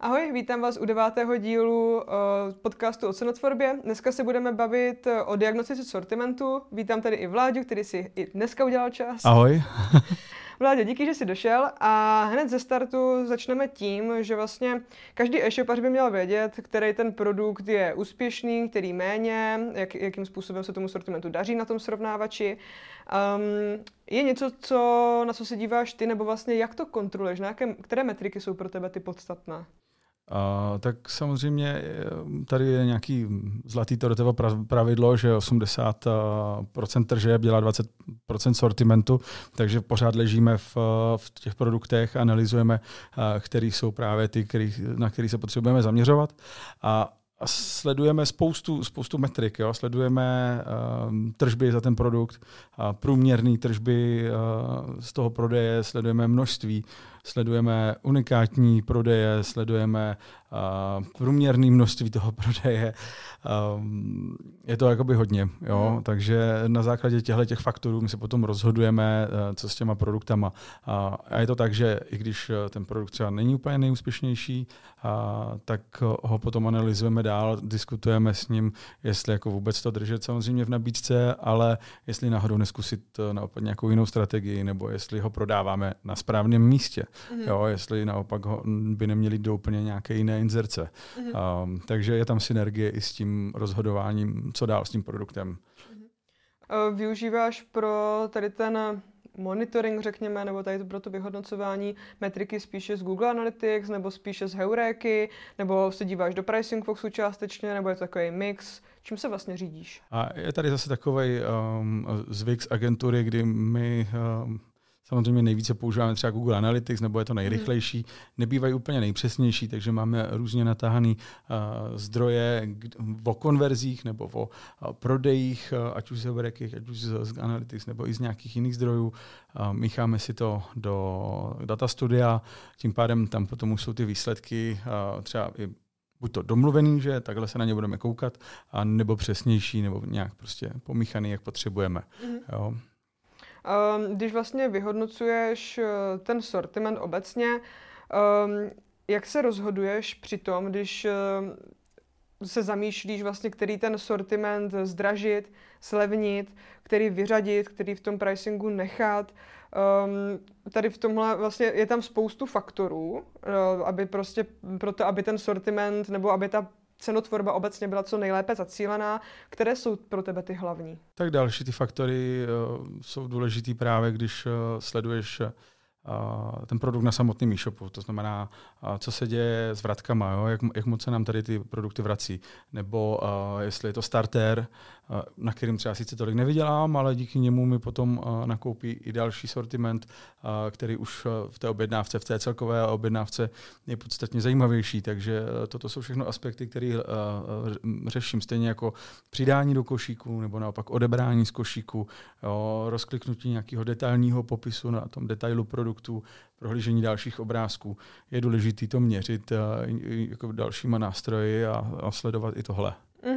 Ahoj, vítám vás u 9. dílu podcastu o cenotvorbě. Dneska se budeme bavit o diagnostice sortimentu. Vítám tady i Vláďu, který si i dneska udělal čas. Ahoj. Vláďo, díky, že jsi došel a hned ze startu začneme tím, že vlastně každý e-shopař by měl vědět, který ten produkt je úspěšný, který méně, jakým způsobem se tomu sortimentu daří na tom srovnávači. Je něco, na co se díváš ty, nebo vlastně jak to kontroluješ? Které metriky jsou pro tebe ty podstatné? Tak samozřejmě tady je nějaký zlatý Toretovo pravidlo, že 80% tržeb dělá 20% sortimentu, takže pořád ležíme v těch produktech, analyzujeme, který jsou právě ty, na který se potřebujeme zaměřovat. A sledujeme spoustu metrik. Jo? Sledujeme tržby za ten produkt, průměrné tržby z toho prodeje, sledujeme množství, sledujeme unikátní prodeje, sledujeme průměrné množství toho prodeje. Je to jakoby hodně. Jo? Takže na základě těchto faktorů my se potom rozhodujeme, co s těma produktama. A je to tak, že i když ten produkt třeba není úplně nejúspěšnější, tak ho potom analyzujeme dál, diskutujeme s ním, jestli jako vůbec to držet samozřejmě v nabídce, ale jestli náhodou neskusit naopak nějakou jinou strategii, nebo jestli ho prodáváme na správném místě. Jo, jestli naopak ho by neměli do úplně nějaké jiné inzerce. Takže je tam synergie i s tím rozhodováním, co dál s tím produktem. Využíváš pro tady ten monitoring, řekněme, nebo tady pro to vyhodnocování metriky spíše z Google Analytics, nebo spíše z Heuréky, nebo se díváš do Pricing Foxu částečně, nebo je to takový mix? Čím se vlastně řídíš? A je tady zase takovej zvyk z agentury, kdy my samozřejmě nejvíce používáme třeba Google Analytics, nebo je to nejrychlejší. Nebývají úplně nejpřesnější, takže máme různě natáhané zdroje o konverzích nebo o prodejích, ať už z Heuréky, ať už z Analytics, nebo i z nějakých jiných zdrojů. Mícháme si to do data studia, tím pádem tam potom už jsou ty výsledky třeba i buď to domluvený, že takhle se na ně budeme koukat, a nebo přesnější, nebo nějak prostě pomíchaný, jak potřebujeme. Jo. Když vlastně vyhodnocuješ ten sortiment obecně, jak se rozhoduješ při tom, když se zamýšlíš vlastně, který ten sortiment zdražit, slevnit, který vyřadit, který v tom pricingu nechat. Tady v tomhle vlastně je tam spoustu faktorů, aby ten sortiment nebo aby ta cenotvorba obecně byla co nejlépe zacílená. Které jsou pro tebe ty hlavní? Tak další ty faktory jsou důležitý právě, když sleduješ ten produkt na samotném e-shopu. To znamená, co se děje s vratkama, jo? Jak moc se nám tady ty produkty vrací. Nebo jestli je to starter, na kterým třeba sice tolik nevydělám, ale díky němu mi potom nakoupí i další sortiment, který už v té objednávce, v té celkové objednávce je podstatně zajímavější. Takže toto jsou všechno aspekty, které řeším. Stejně jako přidání do košíku nebo naopak odebrání z košíku, jo? Rozkliknutí nějakého detailního popisu na tom detailu produktu, prohlížení dalších obrázků. Je důležité to měřit jako dalšíma nástroji a sledovat i tohle.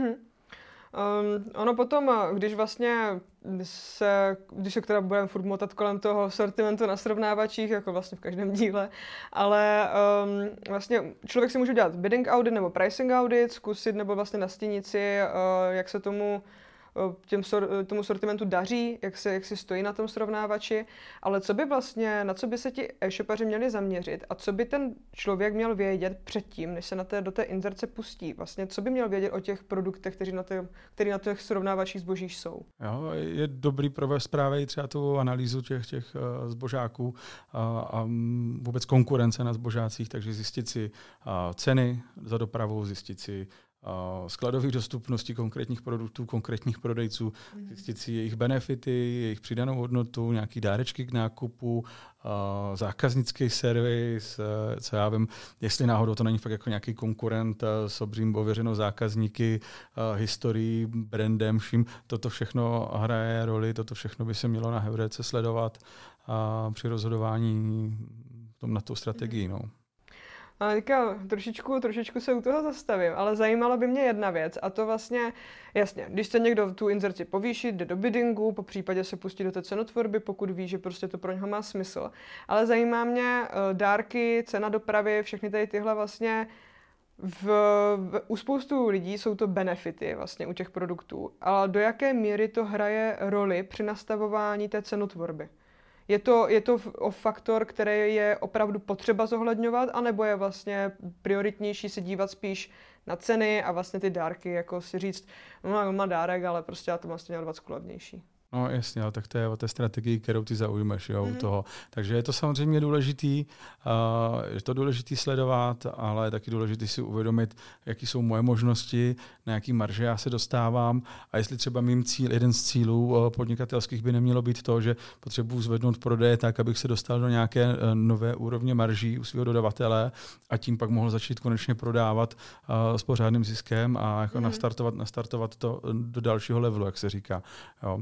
Ono potom, když se teda budeme furt motat kolem toho sortimentu na srovnávačích, jako vlastně v každém díle, ale vlastně člověk si může dělat bidding audit nebo pricing audit, zkusit nebo vlastně nastínit si, jak se tomu sortimentu daří, jak si stojí na tom srovnávači, ale na co by se ti e-shopaři měli zaměřit a co by ten člověk měl vědět předtím, než se do té inzerce pustí? Vlastně, co by měl vědět o těch produktech, které na těch srovnávačích zboží jsou? Jo, je dobrý provést právě třeba tu analýzu těch zbožáků a vůbec konkurence na zbožácích, takže zjistit si ceny za dopravu, zjistit si skladových dostupností konkrétních produktů, konkrétních prodejců, zjistit si jejich benefity, jejich přidanou hodnotu, nějaký dárečky k nákupu, zákaznický servis, co já vím, jestli náhodou to není fakt jako nějaký konkurent s obřím ověřenou zákazníky, historií, brandem, vším. Toto všechno hraje roli, toto všechno by se mělo na Heuréce sledovat při rozhodování na tu strategii. No. A teďka trošičku se u toho zastavím, ale zajímala by mě jedna věc a to vlastně, jasně, když se někdo tu inzerci povýšit, jde do biddingu, po případě se pustí do té cenotvorby, pokud ví, že prostě to pro něho má smysl. Ale zajímá mě dárky, cena dopravy, všechny tady tyhle vlastně u spoustu lidí jsou to benefity vlastně u těch produktů, ale do jaké míry to hraje roli při nastavování té cenotvorby? Je to faktor, který je opravdu potřeba zohledňovat, anebo je vlastně prioritnější se dívat spíš na ceny a vlastně ty dárky, jako si říct, no má dárek, ale prostě já to vlastně měl 20 levnější. No jasně, ale tak to je o té strategii, kterou ty zaujmeš, jo, u toho. Takže je to samozřejmě důležitý, je to důležitý sledovat, ale je taky důležitý si uvědomit, jaký jsou moje možnosti, na jaký marže já se dostávám a jestli třeba mým jeden z cílů podnikatelských by nemělo být to, že potřebuji zvednout prodeje tak, abych se dostal do nějaké nové úrovně marží u svého dodavatele a tím pak mohl začít konečně prodávat s pořádným ziskem a jako nastartovat to do dalšího levelu, jak se říká. Jo.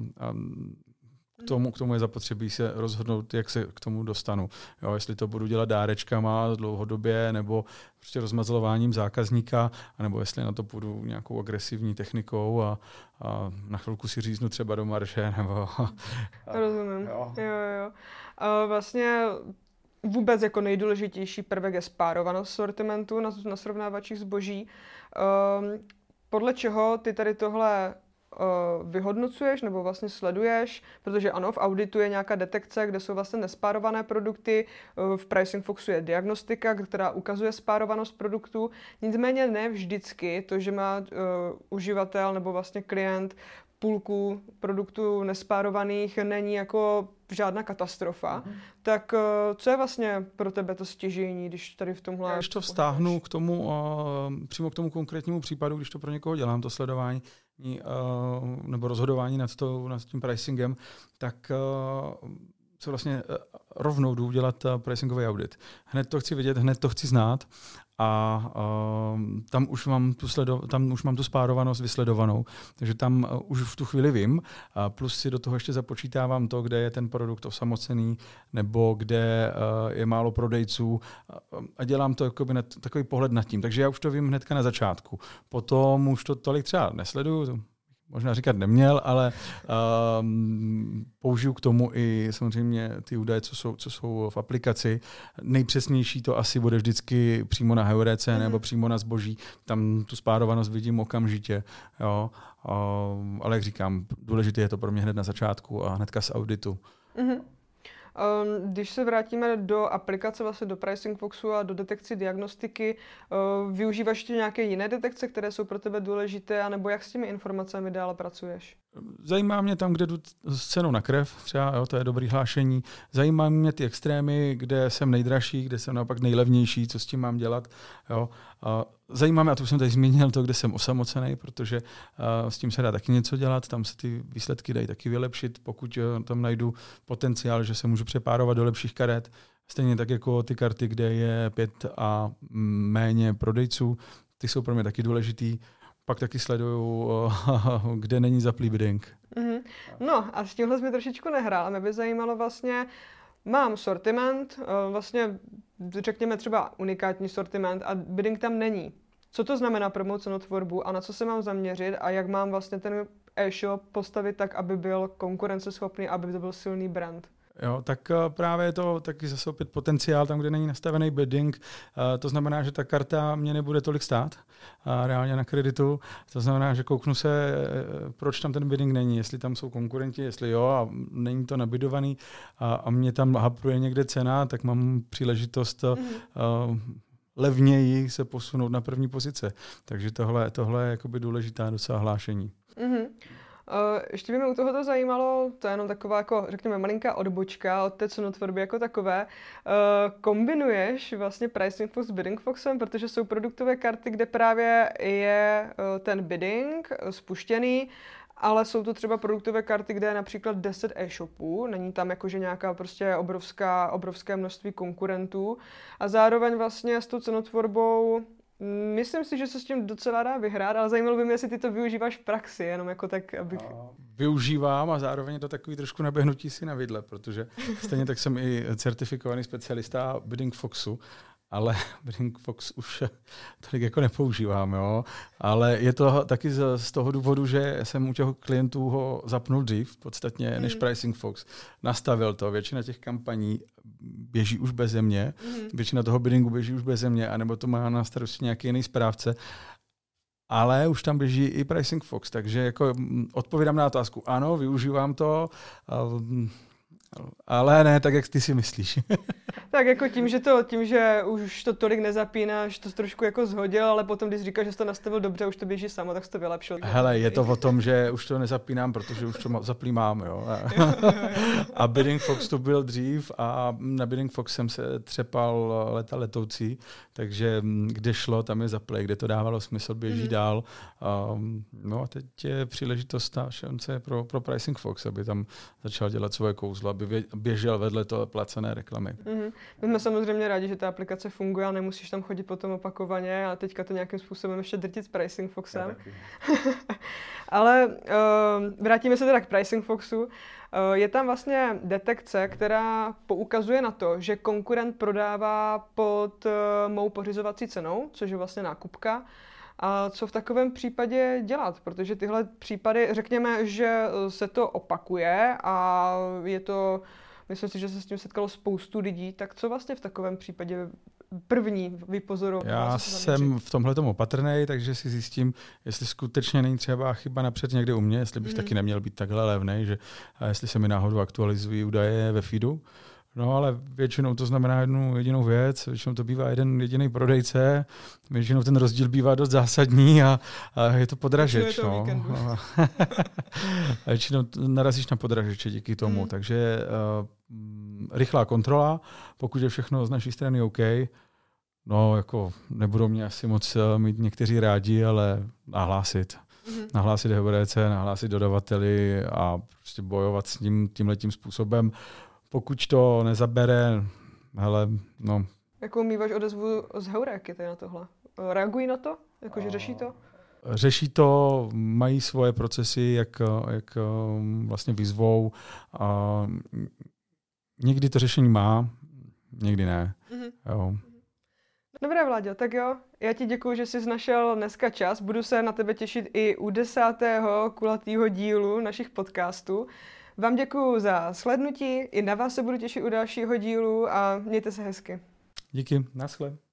K tomu je zapotřebí se rozhodnout, jak se k tomu dostanu. Jo, jestli to budu dělat dárečkama dlouhodobě, nebo prostě rozmazlováním zákazníka, anebo jestli na to půjdu nějakou agresivní technikou a na chvilku si říznu třeba do marže. Rozumím. Jo. A vlastně vůbec jako nejdůležitější prvek je spárovanost sortimentu na srovnávačích zboží. Podle čeho ty tady tohle vyhodnocuješ nebo vlastně sleduješ, protože ano, v auditu je nějaká detekce, kde jsou vlastně nespárované produkty, v Pricing Foxu je diagnostika, která ukazuje spárovanost produktů, nicméně ne vždycky to, že má uživatel nebo vlastně klient půlku produktů nespárovaných, není jako žádná katastrofa. Tak co je vlastně pro tebe to stěžejní, když tady v tomhle... Když to vztáhnu k tomu, přímo k tomu konkrétnímu případu, když to pro někoho dělám, to sledování nebo rozhodování nad tím pricingem, tak se vlastně rovnou jdu dělat pricingový audit. Hned to chci vidět, hned to chci znát a tam už mám tu spárovanost vysledovanou, takže tam už v tu chvíli vím, plus si do toho ještě započítávám to, kde je ten produkt osamocený, nebo kde je málo prodejců a dělám to jakoby takový pohled nad tím. Takže já už to vím hnedka na začátku. Potom už to tolik třeba nesleduju, možná říkat neměl, ale použiju k tomu i samozřejmě ty údaje, co jsou v aplikaci. Nejpřesnější to asi bude vždycky přímo na Heurece nebo přímo na zboží. Tam tu spárovanost vidím okamžitě. Jo. Ale jak říkám, důležité je to pro mě hned na začátku a hnedka z auditu. Když se vrátíme do aplikace, vlastně do Pricing Foxu a do detekci diagnostiky, využíváš ještě nějaké jiné detekce, které jsou pro tebe důležité, anebo jak s těmi informacemi dále pracuješ? Zajímá mě tam, kde jdu s cenou na krev, třeba, jo, to je dobrý hlášení. Zajímá mě ty extrémy, kde jsem nejdražší, kde jsem naopak nejlevnější, co s tím mám dělat. Jo. Zajímá mě, a to už jsem tady zmínil, to, kde jsem osamocený, protože s tím se dá taky něco dělat, tam se ty výsledky dají taky vylepšit, pokud tam najdu potenciál, že se můžu přepárovat do lepších karet. Stejně tak jako ty karty, kde je 5 a méně prodejců, ty jsou pro mě taky důležitý. Pak taky sleduju, kde není zaplý bidding. No a s tímhle jsme trošičku nehrál. Mě by zajímalo vlastně, mám sortiment, vlastně řekněme třeba unikátní sortiment a bidding tam není. Co to znamená pro mou cenotvorbu a na co se mám zaměřit a jak mám vlastně ten e-shop postavit tak, aby byl konkurenceschopný, aby to byl silný brand? Jo, tak právě je to taky zase opět potenciál tam, kde není nastavený bidding. To znamená, že ta karta mě nebude tolik stát reálně na kreditu. To znamená, že kouknu se, proč tam ten bidding není, jestli tam jsou konkurenti, jestli jo a není to nabidovaný a mě tam hapruje někde cena, tak mám příležitost levněji se posunout na první pozice. Takže tohle je jakoby důležitá docela hlášení. Ještě by mě u tohoto zajímalo, to je jenom taková, jako, řekněme, malinká odbočka od té cenotvorby jako takové. Kombinuješ vlastně Pricing Fox s Bidding Foxem, protože jsou produktové karty, kde právě je ten bidding spuštěný, ale jsou to třeba produktové karty, kde je například 10 e-shopů, není tam jakože nějaká prostě obrovské množství konkurentů a zároveň vlastně s tou cenotvorbou myslím si, že se s tím docela dá vyhrát, ale zajímalo by mě, jestli ty to využíváš v praxi, jenom jako tak, abych... Využívám a zároveň je to takový trošku naběhnutí si na vidle, protože stejně tak jsem i certifikovaný specialista Bidding Foxu ale Bidding Fox už tolik jako nepoužívám, jo. Ale je to taky z toho důvodu, že jsem u těch klientů ho zapnul dřív, podstatně než Pricing Fox. Nastavil to, většina těch kampaní běží už beze mě, většina toho biddingu běží už beze mě, anebo to má na starosti nějaký jiný správce. Ale už tam běží i Pricing Fox, takže jako odpovídám na otázku. Ano, využívám to, ale ne tak, jak ty si myslíš. Tak jako tím, že už to tolik nezapínáš, to trošku jako zhodil, ale potom, když říkáš, že jsi to nastavil dobře, už to běží samo, tak jsi to vylepšil. Hele, je to o tom, že už to nezapínám, protože už to zaplý mám, jo. A Bidding Fox to byl dřív a na Bidding Fox jsem se třepal leta letoucí, takže kde šlo, tam je zaplay, kde to dávalo smysl, běží dál. No a teď je příležitost a šance pro Pricing Fox, aby tam začal dělat svoje kouzlo, aby běžel vedle toho placené reklamy. My jsme samozřejmě rádi, že ta aplikace funguje a nemusíš tam chodit potom opakovaně a teďka to nějakým způsobem ještě drtit s Pricing Foxem. Ale vrátíme se teda k Pricing Foxu. Je tam vlastně detekce, která poukazuje na to, že konkurent prodává pod mou pořizovací cenou, což je vlastně nákupka. A co v takovém případě dělat? Protože tyhle případy, řekněme, že se to opakuje a je to, myslím si, že se s tím setkalo spoustu lidí, tak co vlastně v takovém případě první vypozorovat? Já jsem v tomhletom opatrnej, takže si zjistím, jestli skutečně není třeba chyba napřed někde u mě, jestli bych taky neměl být takhle levnej, že jestli se mi náhodou aktualizují údaje ve feedu. No ale většinou to znamená jednu jedinou věc, většinou to bývá jeden jediný prodejce, většinou ten rozdíl bývá dost zásadní a je to podražeč. No. Většinou narazíš na podražeče díky tomu, takže rychlá kontrola, pokud je všechno z naší strany OK, no jako nebudou mě asi moc mít někteří rádi, ale nahlásit. Nahlásit HBDC, nahlásit dodavateli a prostě bojovat s ním tímhletím způsobem. Pokud to nezabere, hele, no. Jakou míváš odezvu z Heuréky tady na tohle? Reagují na to? Jakože řeší to? Řeší to, mají svoje procesy, jak vlastně vyzvou. Někdy to řešení má, někdy ne. Jo. Dobré, Vláďo, tak jo. Já ti děkuju, že jsi našel dneska čas. Budu se na tebe těšit i u 10. kulatýho dílu našich podcastů. Vám děkuju za shlédnutí, i na vás se budu těšit u dalšího dílu a mějte se hezky. Díky, naschle.